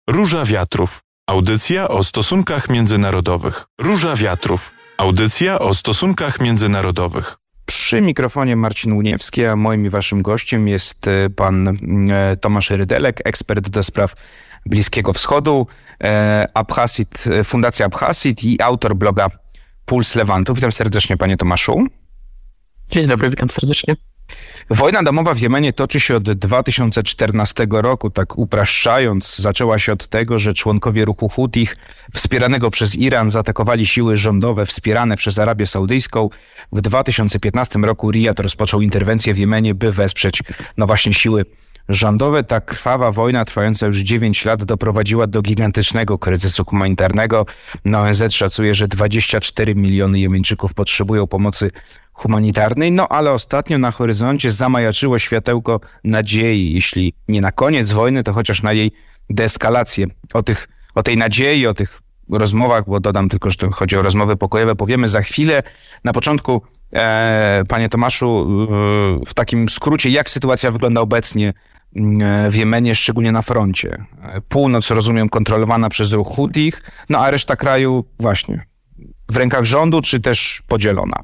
Róża Wiatrów. Audycja o stosunkach międzynarodowych. Róża Wiatrów. Audycja o stosunkach międzynarodowych. Przy mikrofonie Marcin Łuniewski, a moim i waszym gościem jest pan Tomasz Rydelek, ekspert do spraw Bliskiego Wschodu, Fundacja Abhasit i autor bloga Puls Lewantu. Witam serdecznie, panie Tomaszu. Dzień dobry, witam serdecznie. Wojna domowa w Jemenie toczy się od 2014 roku, tak upraszczając. Zaczęła się od tego, że członkowie ruchu Hutich, wspieranego przez Iran, zaatakowali siły rządowe wspierane przez Arabię Saudyjską. W 2015 roku Riyad rozpoczął interwencję w Jemenie, by wesprzeć właśnie siły rządowe. Ta krwawa wojna, trwająca już 9 lat, doprowadziła do gigantycznego kryzysu humanitarnego. ONZ szacuje, że 24 miliony Jemeńczyków potrzebują pomocy humanitarnej, ale ostatnio na horyzoncie zamajaczyło światełko nadziei, jeśli nie na koniec wojny, to chociaż na jej deeskalację. O tej nadziei, o tych rozmowach, bo dodam tylko, że chodzi o rozmowy pokojowe, powiemy za chwilę. Na początku, panie Tomaszu, w takim skrócie, jak sytuacja wygląda obecnie w Jemenie, szczególnie na froncie. Północ, rozumiem, kontrolowana przez ruch Hutich, a reszta kraju właśnie w rękach rządu, czy też podzielona?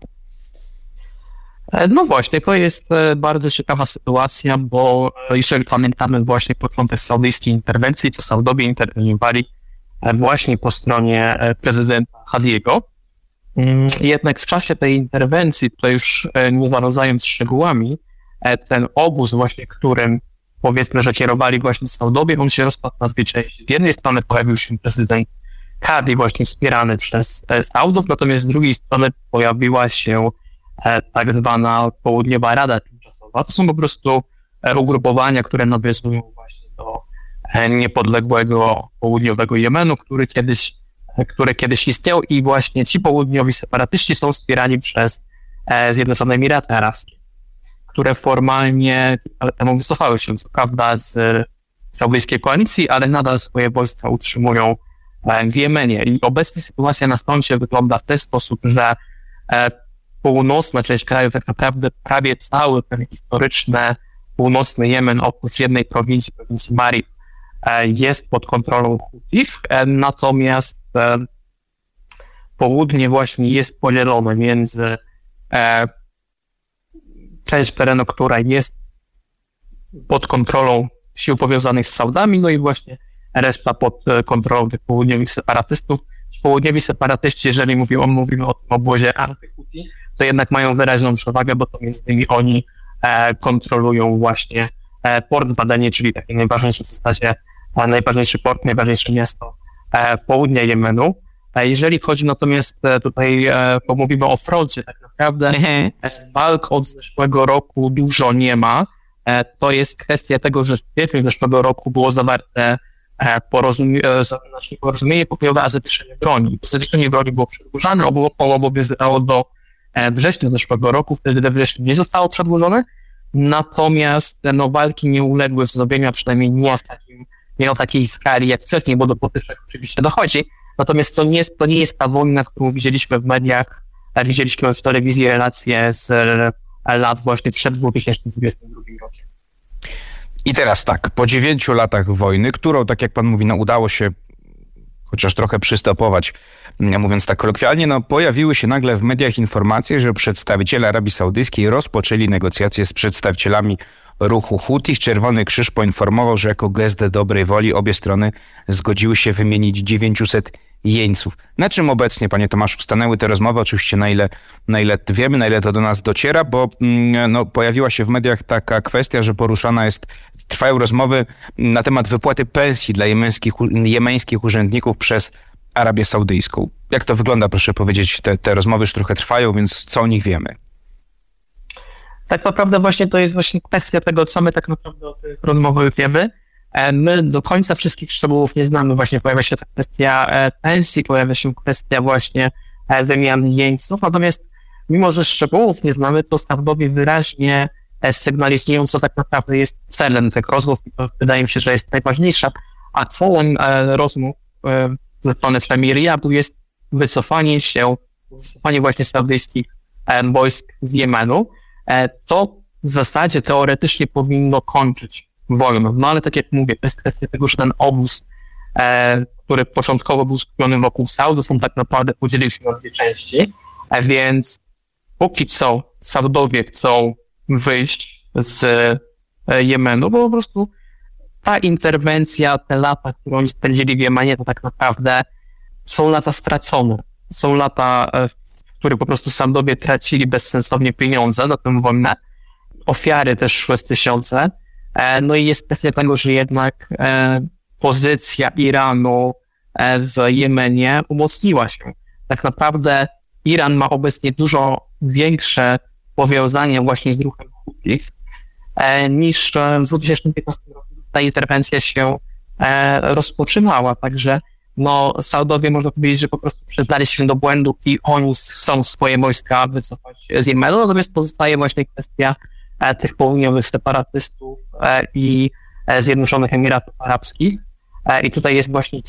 No właśnie, to jest bardzo ciekawa sytuacja, bo jeżeli pamiętamy właśnie początek saudyjskiej interwencji, to Saudowie interweniowali właśnie po stronie prezydenta Hadiego. Jednak w czasie tej interwencji, tutaj już nie zarządzając szczegółami, ten obóz właśnie, którym powiedzmy, że kierowali właśnie Saudowie, on się rozpadł na dwie części. Z jednej strony pojawił się prezydent Hadi właśnie wspierany przez Saudów, natomiast z drugiej strony pojawiła się tak zwana Południowa Rada Tymczasowa. To są po prostu ugrupowania, które nawiązują właśnie do niepodległego południowego Jemenu, który kiedyś istniał i właśnie ci południowi separatyści są wspierani przez Zjednoczone Emiraty Arabskie, które formalnie temu wycofały się, co prawda, z saudyjskiej koalicji, ale nadal swoje wojska utrzymują w Jemenie. I obecnie sytuacja na froncie wygląda w ten sposób, że północna część kraju, tak naprawdę prawie cały ten historyczny północny Jemen, oprócz jednej prowincji Marib, jest pod kontrolą Hutich, natomiast południe właśnie jest podzielone między część terenu, która jest pod kontrolą sił powiązanych z Saudami, i właśnie reszta pod kontrolą tych południowych separatystów. Południowi separatyści, jeżeli mówimy o tym obozie anty-Huti, to jednak mają wyraźną przewagę, bo to między innymi oni kontrolują właśnie port w Adenie, czyli taki najważniejszy w zasadzie, najważniejszy port, najważniejsze miasto południa Jemenu. Jeżeli chodzi natomiast tutaj, bo mówimy o froncie, tak naprawdę walk od zeszłego roku dużo nie ma. To jest kwestia tego, że w kwietniu zeszłego roku było zawarte porozumienie pokojowe, a zawieszenie broni. Zawieszenie broni było przedłużane, obowiązywało do września zeszłego roku, wtedy we wrześniu nie zostało przedłużone, natomiast walki nie uległy wznowieniu, a przynajmniej nie o takiej skali jak wcześniej, bo do potyczek oczywiście dochodzi. Natomiast to nie jest ta wojna, którą widzieliśmy w mediach, widzieliśmy w telewizji relacje z lat właśnie przed 2022 rokiem. I teraz tak, po 9 latach wojny, którą, tak jak pan mówi, udało się chociaż trochę przystopować, mówiąc tak kolokwialnie, pojawiły się nagle w mediach informacje, że przedstawiciele Arabii Saudyjskiej rozpoczęli negocjacje z przedstawicielami ruchu Hutich. Czerwony Krzyż poinformował, że jako gest dobrej woli obie strony zgodziły się wymienić 900 jeńców. Na czym obecnie, panie Tomaszu, stanęły te rozmowy? Oczywiście na ile wiemy, na ile to do nas dociera, bo pojawiła się w mediach taka kwestia, że trwają rozmowy na temat wypłaty pensji dla jemeńskich urzędników przez Arabię Saudyjską. Jak to wygląda, proszę powiedzieć? Te rozmowy już trochę trwają, więc co o nich wiemy? Tak naprawdę właśnie to jest właśnie kwestia tego, co my tak naprawdę o tych rozmowach wiemy. My do końca wszystkich szczegółów nie znamy. Właśnie pojawia się ta kwestia pensji, pojawia się kwestia właśnie wymian jeńców. Natomiast mimo, że szczegółów nie znamy, to Saudowie wyraźnie sygnalizują, co tak naprawdę jest celem tych rozmów. I to wydaje mi się, że jest najważniejsze. A celem rozmów ze strony premiera Riyadu jest wycofanie właśnie saudyjskich wojsk z Jemenu. To w zasadzie teoretycznie powinno kończyć wojnę. Ale tak jak mówię, to jest kwestia tego, że ten obóz który początkowo był skupiony wokół Saudów, on tak naprawdę podzielił się na dwie części, więc póki co Saudowie chcą wyjść z Jemenu, bo po prostu ta interwencja, te lata, które oni spędzili w Jemenie, to tak naprawdę są lata stracone. Są lata, w których po prostu Saudowie tracili bezsensownie pieniądze na tę wojnę. Ofiary też szły z tysiące. No i jest kwestia tego, że jednak pozycja Iranu w Jemenie umocniła się. Tak naprawdę Iran ma obecnie dużo większe powiązanie właśnie z ruchem Hutich niż w 2015 roku ta interwencja się rozpoczynała. Także no, Saudowie można powiedzieć, że po prostu przyznali się do błędu i oni chcą swoje wojska wycofać z Jemenu, natomiast pozostaje właśnie kwestia tych południowych separatystów i Zjednoczonych Emiratów Arabskich. I tutaj jest właśnie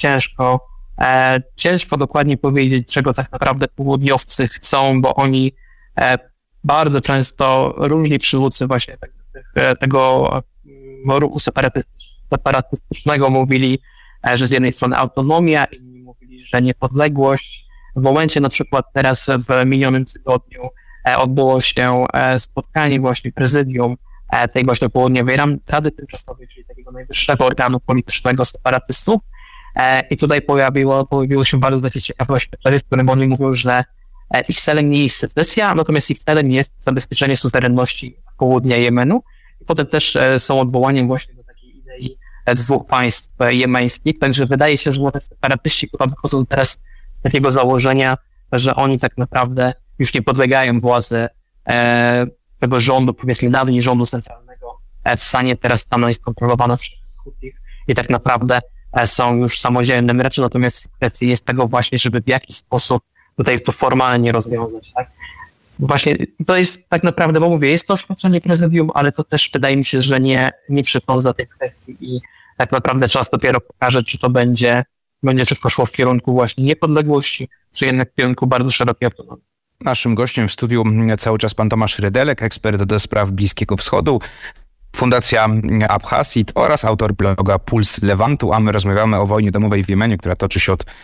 ciężko dokładnie powiedzieć, czego tak naprawdę południowcy chcą, bo oni bardzo często różni przywódcy właśnie tego ruchu separatystycznego mówili, że z jednej strony autonomia, inni mówili, że niepodległość. W momencie na przykład teraz w minionym tygodniu odbyło się spotkanie właśnie prezydium tej właśnie południowej Rady Tymczasowej, czyli takiego najwyższego organu politycznego separatystów. I tutaj pojawiło się bardzo takie ciekawe oświetlenie, w którym oni mówią, że ich celem nie jest secesja, natomiast ich celem jest zabezpieczenie suwerenności południa Jemenu. I potem też są odwołaniem właśnie do takiej idei dwóch państw jemeńskich. Także wydaje się, że te separatyści chyba wychodzą teraz z takiego założenia, że oni tak naprawdę już nie podlegają władzy tego rządu, powiedzmy dawniej rządu centralnego w stanie. Teraz stan jest kontrolowany przez Hutich i tak naprawdę są już samodzielnym reczą, natomiast kwestia jest tego właśnie, żeby w jakiś sposób tutaj to formalnie rozwiązać, tak? Właśnie to jest tak naprawdę, bo mówię, jest to oświadczenie prezydium, ale to też wydaje mi się, że nie przesądza tej kwestii i tak naprawdę czas dopiero pokaże, czy to będzie wszystko szło w kierunku właśnie niepodległości, czy jednak w kierunku bardzo szerokiej autonomii. Naszym gościem w studiu cały czas pan Tomasz Rydelek, ekspert do spraw Bliskiego Wschodu, Fundacja Abhasid oraz autor bloga Puls Lewantu, a my rozmawiamy o wojnie domowej w Jemenie, która toczy się od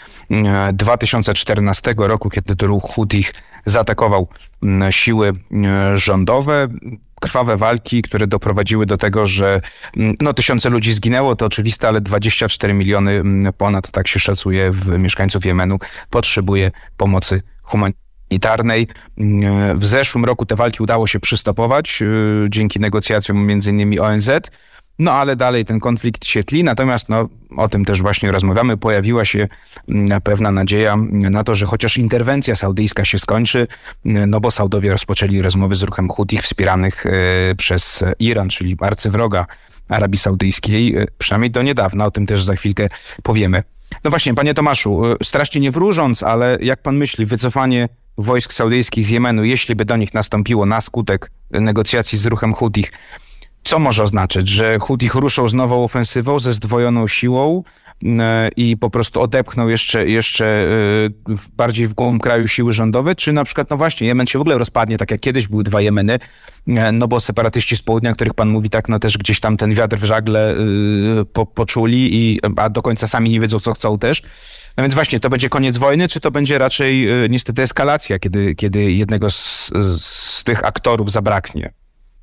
2014 roku, kiedy to ruch Hutich zaatakował siły rządowe. Krwawe walki, które doprowadziły do tego, że tysiące ludzi zginęło, to oczywiste, ale 24 miliony ponad, tak się szacuje, mieszkańców Jemenu potrzebuje pomocy humanitarnej. W zeszłym roku te walki udało się przystopować dzięki negocjacjom m.in. ONZ, ale dalej ten konflikt się tli, natomiast o tym też właśnie rozmawiamy. Pojawiła się pewna nadzieja na to, że chociaż interwencja saudyjska się skończy, bo Saudowie rozpoczęli rozmowy z ruchem Hutich wspieranych przez Iran, czyli arcywroga Arabii Saudyjskiej, przynajmniej do niedawna, o tym też za chwilkę powiemy. No właśnie, panie Tomaszu, strasznie nie wróżąc, ale jak pan myśli, wycofanie wojsk saudyjskich z Jemenu, jeśli by do nich nastąpiło na skutek negocjacji z ruchem Hutich, co może oznaczać? Że Hutich ruszą z nową ofensywą, ze zdwojoną siłą i po prostu odepchną jeszcze bardziej w głąb kraju siły rządowe? Czy na przykład, Jemen się w ogóle rozpadnie, tak jak kiedyś były dwa Jemeny, bo separatyści z południa, o których pan mówi, tak, też gdzieś tam ten wiatr w żagle poczuli, a do końca sami nie wiedzą, co chcą też. No więc właśnie, to będzie koniec wojny, czy to będzie raczej niestety eskalacja, kiedy jednego z tych aktorów zabraknie?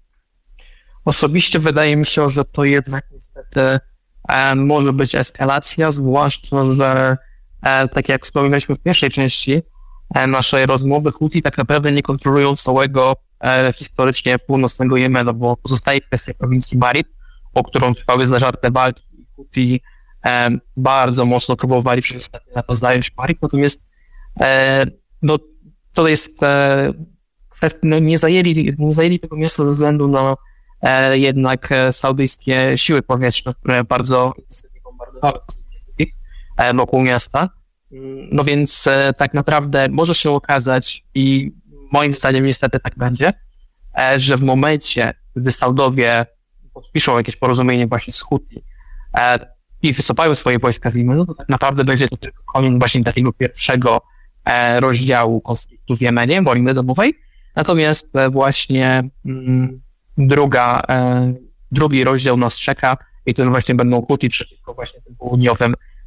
Osobiście wydaje mi się, że to jednak niestety może być eskalacja, zwłaszcza, że tak jak wspominaliśmy w pierwszej części naszej rozmowy, Huthi tak naprawdę nie kontrolują całego historycznie północnego Jemenu, bo pozostaje kwestia prowincji Marib, o którą trwały zażarte walki i Huthi bardzo mocno próbowali przez ostatnie lata zająć Marib, natomiast to jest nie zajęli tego miasta ze względu na jednak saudyjskie siły powietrzne, które bardzo intensywnie bombardowały pozycje wokół miasta. No więc tak naprawdę może się okazać i moim zdaniem niestety tak będzie, że w momencie, gdy Saudowie podpiszą jakieś porozumienie właśnie z Huthi i wycofają swoje wojska z Jemenu, to tak naprawdę będzie to tylko koniec właśnie takiego pierwszego rozdziału konfliktu w Jemenie, wojny domowej. Natomiast właśnie drugi rozdział nas czeka i to właśnie będą Huthi przeciwko właśnie tym południowym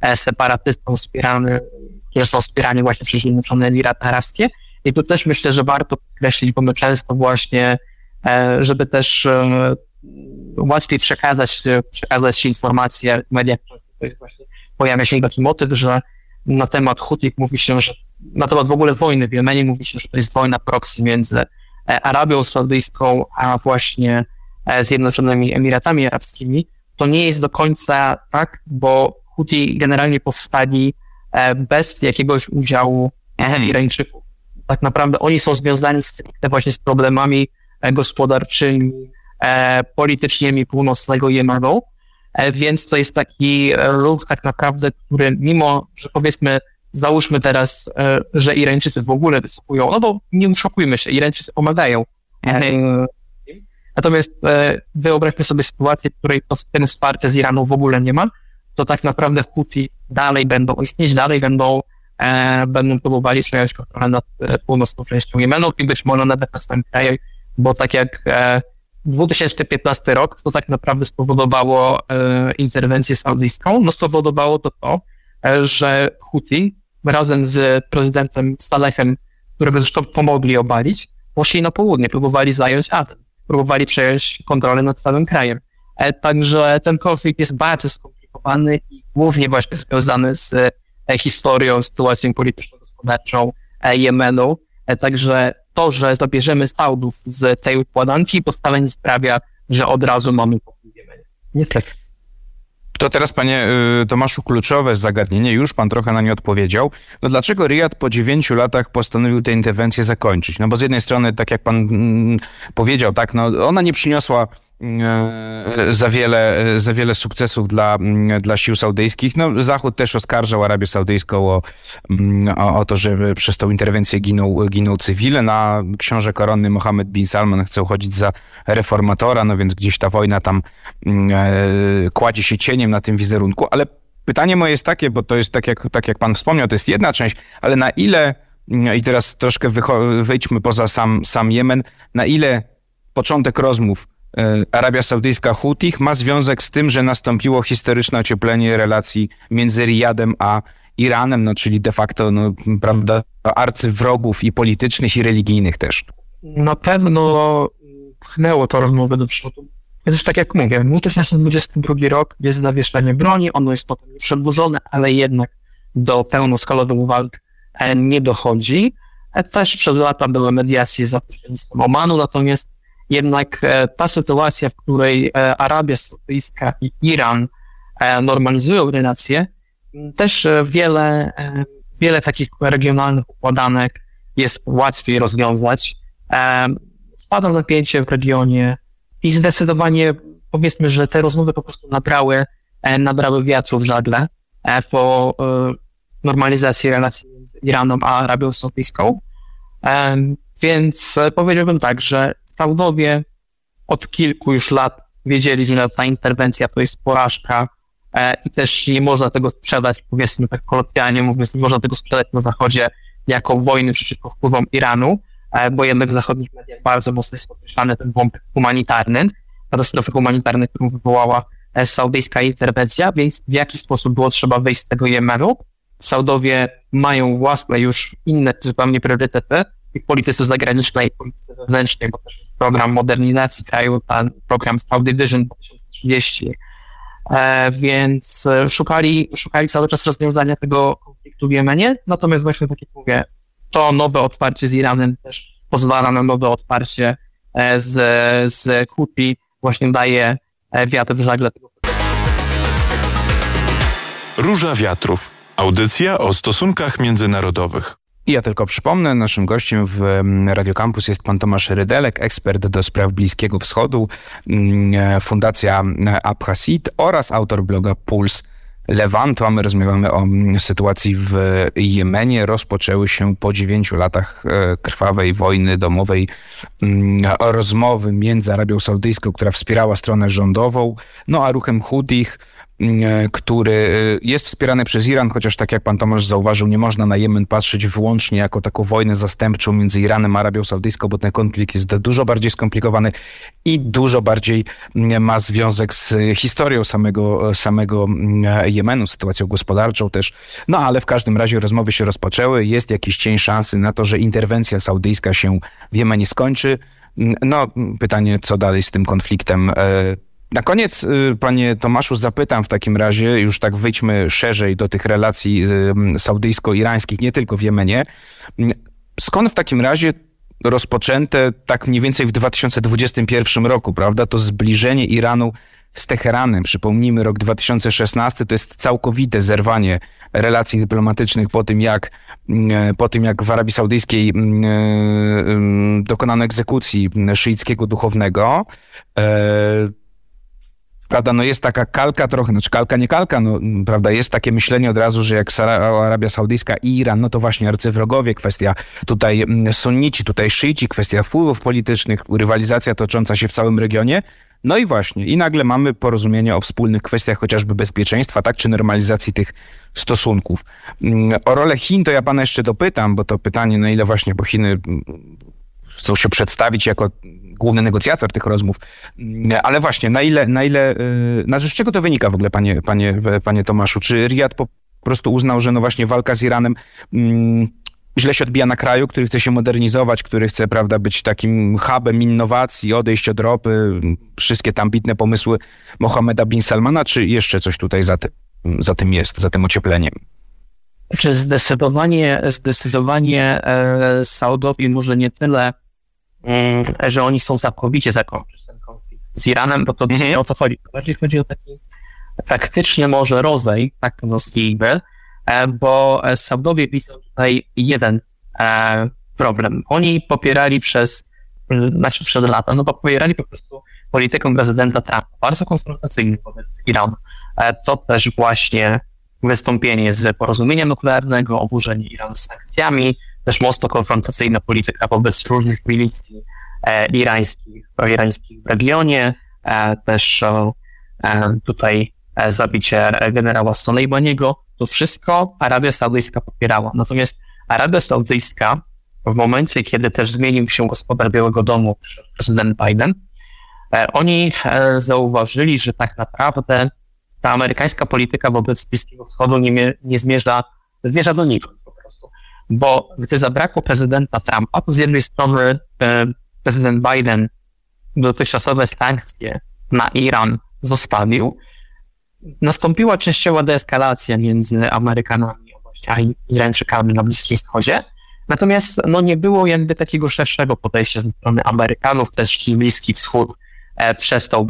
separatystom którzy są wspierani właśnie przez Zjednoczone Emiraty Arabskie. I tu też myślę, że warto podkreślić, bo my często właśnie, żeby też łatwiej przekazać informacje w mediach, to jest właśnie, pojawia się taki motyw, że na temat Hutich mówi się, że na temat w ogóle wojny w Jemenie mówi się, że to jest wojna proxy między Arabią Saudyjską, a właśnie Zjednoczonymi Emiratami Arabskimi. To nie jest do końca tak, bo Huti generalnie powstali bez jakiegoś udziału Irańczyków. Tak naprawdę oni są związani właśnie z problemami gospodarczymi, politycznymi północnego Jemenu, więc to jest taki ruch tak naprawdę, który mimo, że powiedzmy, załóżmy teraz, że Irańczycy w ogóle wycofują, no bo nie oszukujmy się, Irańczycy pomagają. Natomiast wyobraźmy sobie sytuację, w której ten wsparcie z Iranu w ogóle nie ma, to tak naprawdę Huti dalej będą istnieć, dalej będą próbowali przejąć kontrolę nad północną częścią Jemenu i być może nawet następnym krajem, bo tak jak 2015 rok, to tak naprawdę spowodowało interwencję saudyjską, no spowodowało to, że Huti razem z prezydentem Salehem, którego zresztą pomogli obalić, poszli na południe, próbowali zająć Aden, próbowali przejąć kontrolę nad całym krajem. Także ten konflikt jest bardzo skomplikowany i głównie właśnie związany z historią, sytuacją polityczno-gospodarczą Jemenu. Także to, że zabierzemy Saudów z tej układanki, to wcale nie sprawia, że od razu mamy pokój w Jemenie. Niestety. To teraz, panie Tomaszu, kluczowe zagadnienie, już pan trochę na nie odpowiedział. No dlaczego Riyad po 9 latach postanowił tę interwencję zakończyć? No bo z jednej strony, tak jak pan powiedział, tak, no ona nie przyniosła za wiele sukcesów dla sił saudyjskich. No, Zachód też oskarżał Arabię Saudyjską o to, że przez tą interwencję giną cywile. Na książę koronny Mohammed bin Salman chce uchodzić za reformatora, no więc gdzieś ta wojna tam kładzie się cieniem na tym wizerunku. Ale pytanie moje jest takie, bo to jest tak jak pan wspomniał, to jest jedna część, ale na ile, i teraz troszkę wyjdźmy poza sam Jemen, na ile początek rozmów Arabia Saudyjska Hutich ma związek z tym, że nastąpiło historyczne ocieplenie relacji między Riyadem a Iranem, no czyli de facto, no, prawda, arcywrogów i politycznych, i religijnych też. Na pewno pchnęło to rozmowę do przodu. Więc tak jak mówię, 2022 rok jest zawieszenie broni, ono jest potem przedłużone, ale jednak do pełnoskalowych walk nie dochodzi. Też przez lata były mediacje za pośrednictwem Omanu, natomiast jednak ta sytuacja, w której Arabia Saudyjska i Iran normalizują relacje, też wiele takich regionalnych układanek jest łatwiej rozwiązać. Spada napięcie w regionie i zdecydowanie powiedzmy, że te rozmowy po prostu nabrały wiatru w żagle po normalizacji relacji między Iranem a Arabią Saudyjską. Więc powiedziałbym tak, że Saudowie od kilku już lat wiedzieli, że ta interwencja to jest porażka i też nie można tego sprzedać, powiedzmy tak kolokwialnie mówiąc, nie można tego sprzedać na Zachodzie jako wojny przeciwko wpływom Iranu, bo jednak w zachodnich mediach bardzo mocno jest podkreślany ten wątek humanitarny, katastrofy humanitarne, którą wywołała saudyjska interwencja, więc w jaki sposób było trzeba wyjść z tego Jemenu. Saudowie mają własne już inne zupełnie priorytety i w polityce zagranicznej, i w polityce wewnętrznej, bo też jest program modernizacji kraju, ten program Saudi Vision 2030, więc szukali cały czas rozwiązania tego konfliktu w Jemenie, natomiast właśnie tak jak mówię, to nowe otwarcie z Iranem też pozwala na nowe otwarcie z Huti, właśnie daje wiatr w żagle tego procesu. Róża Wiatrów. Audycja o stosunkach międzynarodowych. I ja tylko przypomnę, naszym gościem w Radio Campus jest pan Tomasz Rydelek, ekspert do spraw Bliskiego Wschodu, Fundacja Abhasid oraz autor bloga Puls Lewantu, a my rozmawiamy o sytuacji w Jemenie. Rozpoczęły się po 9 latach krwawej wojny domowej rozmowy między Arabią Saudyjską, która wspierała stronę rządową, no a ruchem Hutich, który jest wspierany przez Iran, chociaż tak jak pan Tomasz zauważył, nie można na Jemen patrzeć wyłącznie jako taką wojnę zastępczą między Iranem a Arabią Saudyjską, bo ten konflikt jest dużo bardziej skomplikowany i dużo bardziej ma związek z historią samego Jemenu, sytuacją gospodarczą też. No ale w każdym razie rozmowy się rozpoczęły, jest jakiś cień szansy na to, że interwencja saudyjska się w Jemenie skończy. No, pytanie, co dalej z tym konfliktem. Na koniec, panie Tomaszu, zapytam w takim razie, już tak wyjdźmy szerzej do tych relacji saudyjsko-irańskich, nie tylko w Jemenie. Skąd w takim razie rozpoczęte tak mniej więcej w 2021 roku, prawda, to zbliżenie Iranu z Teheranem? Przypomnijmy, rok 2016 to jest całkowite zerwanie relacji dyplomatycznych po tym jak w Arabii Saudyjskiej dokonano egzekucji szyickiego duchownego. Prawda, no jest taka kalka trochę, znaczy kalka, nie kalka, no prawda, jest takie myślenie od razu, że jak Arabia Saudyjska i Iran, no to właśnie arcywrogowie, kwestia tutaj sunnici, tutaj szyici, kwestia wpływów politycznych, rywalizacja tocząca się w całym regionie. No i właśnie, i nagle mamy porozumienie o wspólnych kwestiach chociażby bezpieczeństwa, tak, czy normalizacji tych stosunków. O rolę Chin to ja pana jeszcze dopytam, bo to pytanie, na ile właśnie, bo Chiny chcą się przedstawić jako główny negocjator tych rozmów, ale właśnie, z czego to wynika w ogóle, panie Tomaszu? Czy Riyad po prostu uznał, że no właśnie walka z Iranem źle się odbija na kraju, który chce się modernizować, który chce, prawda, być takim hubem innowacji, odejść od ropy, wszystkie tam ambitne pomysły Mohammeda bin Salmana, czy jeszcze coś tutaj za tym jest, za tym ociepleniem? Zdecydowanie Saudowie może nie tyle, że oni chcą całkowicie zakończyć ten konflikt z Iranem, bo to nie o to chodzi. Bardziej chodzi o taki faktycznie może rodzaj, tak to nazwijmy, bo Saudowie widzą tutaj jeden problem. Oni popierali przez lata, popierali po prostu politykę prezydenta Trumpa, bardzo konfrontacyjną wobec Iranu. To też właśnie wystąpienie z porozumienia nuklearnego, oburzenie Iranu sankcjami, też mocno konfrontacyjna polityka wobec różnych milicji irańskich w regionie, też tutaj zabicie generała Soleimaniego. To wszystko Arabia Saudyjska popierała. Natomiast Arabia Saudyjska w momencie, kiedy też zmienił się gospodar Białego Domu, prezydent Biden, oni zauważyli, że tak naprawdę ta amerykańska polityka wobec Bliskiego Wschodu nie zmierza donikąd po prostu. Bo gdy zabrakło prezydenta Trumpa, to z jednej strony prezydent Biden dotychczasowe sankcje na Iran zostawił. Nastąpiła częściowa deeskalacja między Amerykanami a Irańczykami na Bliskim Wschodzie. Natomiast nie było jakby takiego szerszego podejścia ze strony Amerykanów. Też Bliski Wschód przestał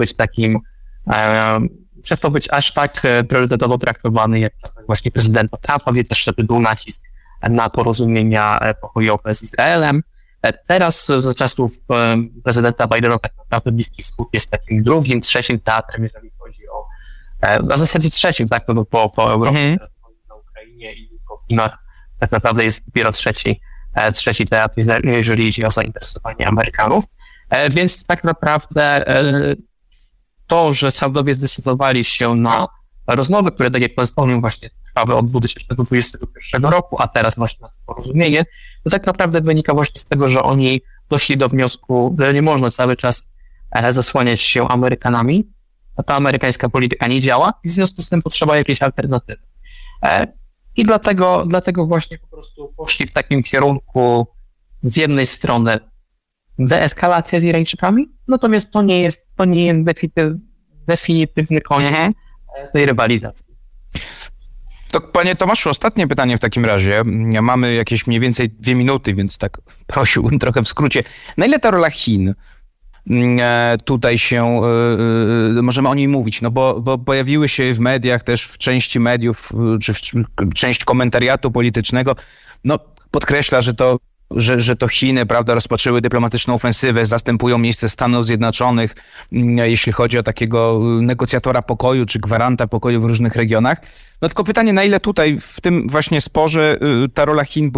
być aż tak priorytetowo traktowany jak w czasach właśnie prezydenta Trumpa, więc też wtedy był nacisk na porozumienia pokojowe z Izraelem. Teraz za czasów prezydenta Bidena tak naprawdę Bliski Wschód jest takim drugim, trzecim teatrem, jeżeli chodzi o na zasadzie trzecim, tak, po Europie, teraz na Ukrainie i po Chinach tak naprawdę jest dopiero trzeci teatr, jeżeli idzie o zainteresowanie Amerykanów. Więc tak naprawdę to, że Saudowie zdecydowali się na rozmowy, które, tak jak pan wspomniał, właśnie trwały od 2021 roku, a teraz właśnie na to porozumienie, to tak naprawdę wynika właśnie z tego, że oni doszli do wniosku, że nie można cały czas zasłaniać się Amerykanami, a ta amerykańska polityka nie działa i w związku z tym potrzeba jakiejś alternatywy. I dlatego właśnie po prostu poszli w takim kierunku z jednej strony deeskalacja z Irańczykami, natomiast to nie jest definitywny koniec tej rywalizacji. To panie Tomaszu, ostatnie pytanie w takim razie. Mamy jakieś mniej więcej 2 minuty, więc tak prosiłbym trochę w skrócie. Na ile ta rola Chin tutaj się, możemy o niej mówić, no bo pojawiły się w mediach, też w części mediów, czy część komentariatu politycznego, no podkreśla, że to Chiny, prawda, rozpoczęły dyplomatyczną ofensywę, zastępują miejsce Stanów Zjednoczonych, jeśli chodzi o takiego negocjatora pokoju, czy gwaranta pokoju w różnych regionach. No tylko pytanie, na ile tutaj w tym właśnie sporze ta rola Chin była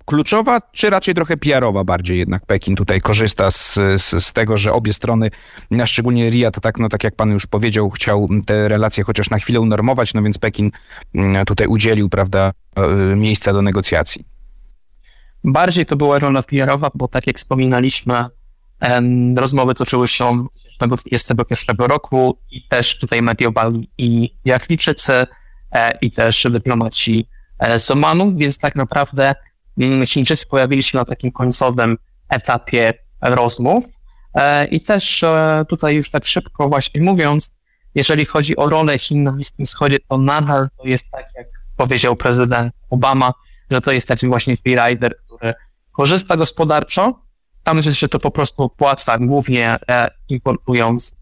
kluczowa, czy raczej trochę PR-owa bardziej jednak Pekin tutaj korzysta z tego, że obie strony, a szczególnie Riyad, tak jak pan już powiedział, chciał te relacje chociaż na chwilę unormować, no więc Pekin tutaj udzielił, prawda, miejsca do negocjacji. Bardziej to była rola PR-owa, bo tak jak wspominaliśmy, rozmowy toczyły się 2021 roku i też tutaj mediowali i Iraklijczycy, i też dyplomaci z Omanu, więc tak naprawdę Chińczycy pojawili się na takim końcowym etapie rozmów i też tutaj już tak szybko właśnie mówiąc, jeżeli chodzi o rolę Chin na Bliskim Wschodzie, to nadal to jest tak, jak powiedział prezydent Obama, że to jest taki właśnie freerider, który korzysta gospodarczo, tam się to po prostu opłaca, głównie importując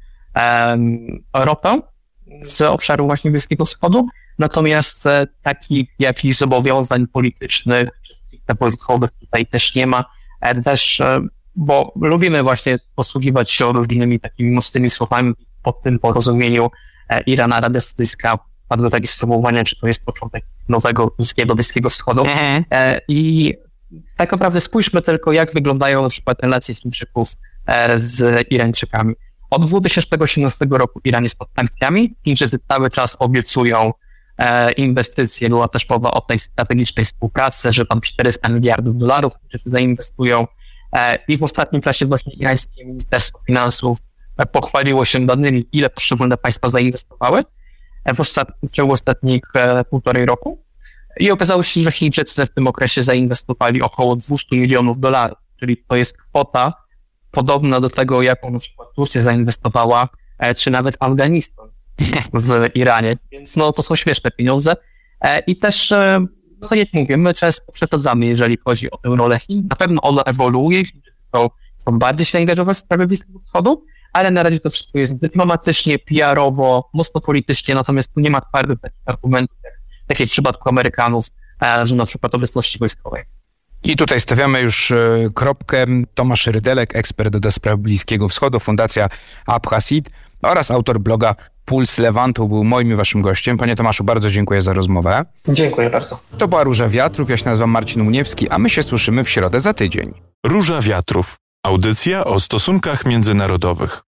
ropę z obszaru właśnie Bliskiego Wschodu, natomiast takich jakichś zobowiązań politycznych, wojskowych tutaj też nie ma, też, bo lubimy właśnie posługiwać się różnymi takimi mocnymi słowami pod tym porozumieniu Iran-Arabia Saudyjska, padło takie sformułowanie, czy to jest początek nowego Bliskiego Wschodu. I tak naprawdę spójrzmy tylko, jak wyglądają na przykład relacje Chińczyków z Irańczykami. Od 2018 roku Iran jest pod sankcjami. Chińczycy cały czas obiecują inwestycje. Była też mowa o tej strategicznej współpracy, że tam 400 miliardów dolarów Chińczycy zainwestują. I w ostatnim czasie właśnie irańskie Ministerstwo Finansów pochwaliło się danymi, ile poszczególne państwa zainwestowały w ciągu ostatnich 1,5 roku. I okazało się, że Chińczycy w tym okresie zainwestowali około 200 milionów dolarów, czyli to jest kwota podobna do tego, jaką na przykład Turcja zainwestowała, czy nawet Afganistan w Iranie. Więc no to są śmieszne pieniądze. I też, no tak jak mówię, my często przesadzamy, jeżeli chodzi o tę rolę Chin. Na pewno ona ewoluuje, Chińczycy są bardziej się angażować w sprawie Bliskiego Wschodu, ale na razie to wszystko jest dyplomatycznie, PR-owo, mocno politycznie, natomiast tu nie ma twardych takich argumentów, jak w przypadku Amerykanów, że na przykład obecności wojskowej. I tutaj stawiamy już kropkę. Tomasz Rydelek, ekspert do spraw Bliskiego Wschodu, Fundacja Abhasid oraz autor bloga Puls Lewantu był moim i waszym gościem. Panie Tomaszu, bardzo dziękuję za rozmowę. Dziękuję bardzo. To była Róża Wiatrów, ja się nazywam Marcin Uniewski, a my się słyszymy w środę za tydzień. Róża Wiatrów. Audycja o stosunkach międzynarodowych.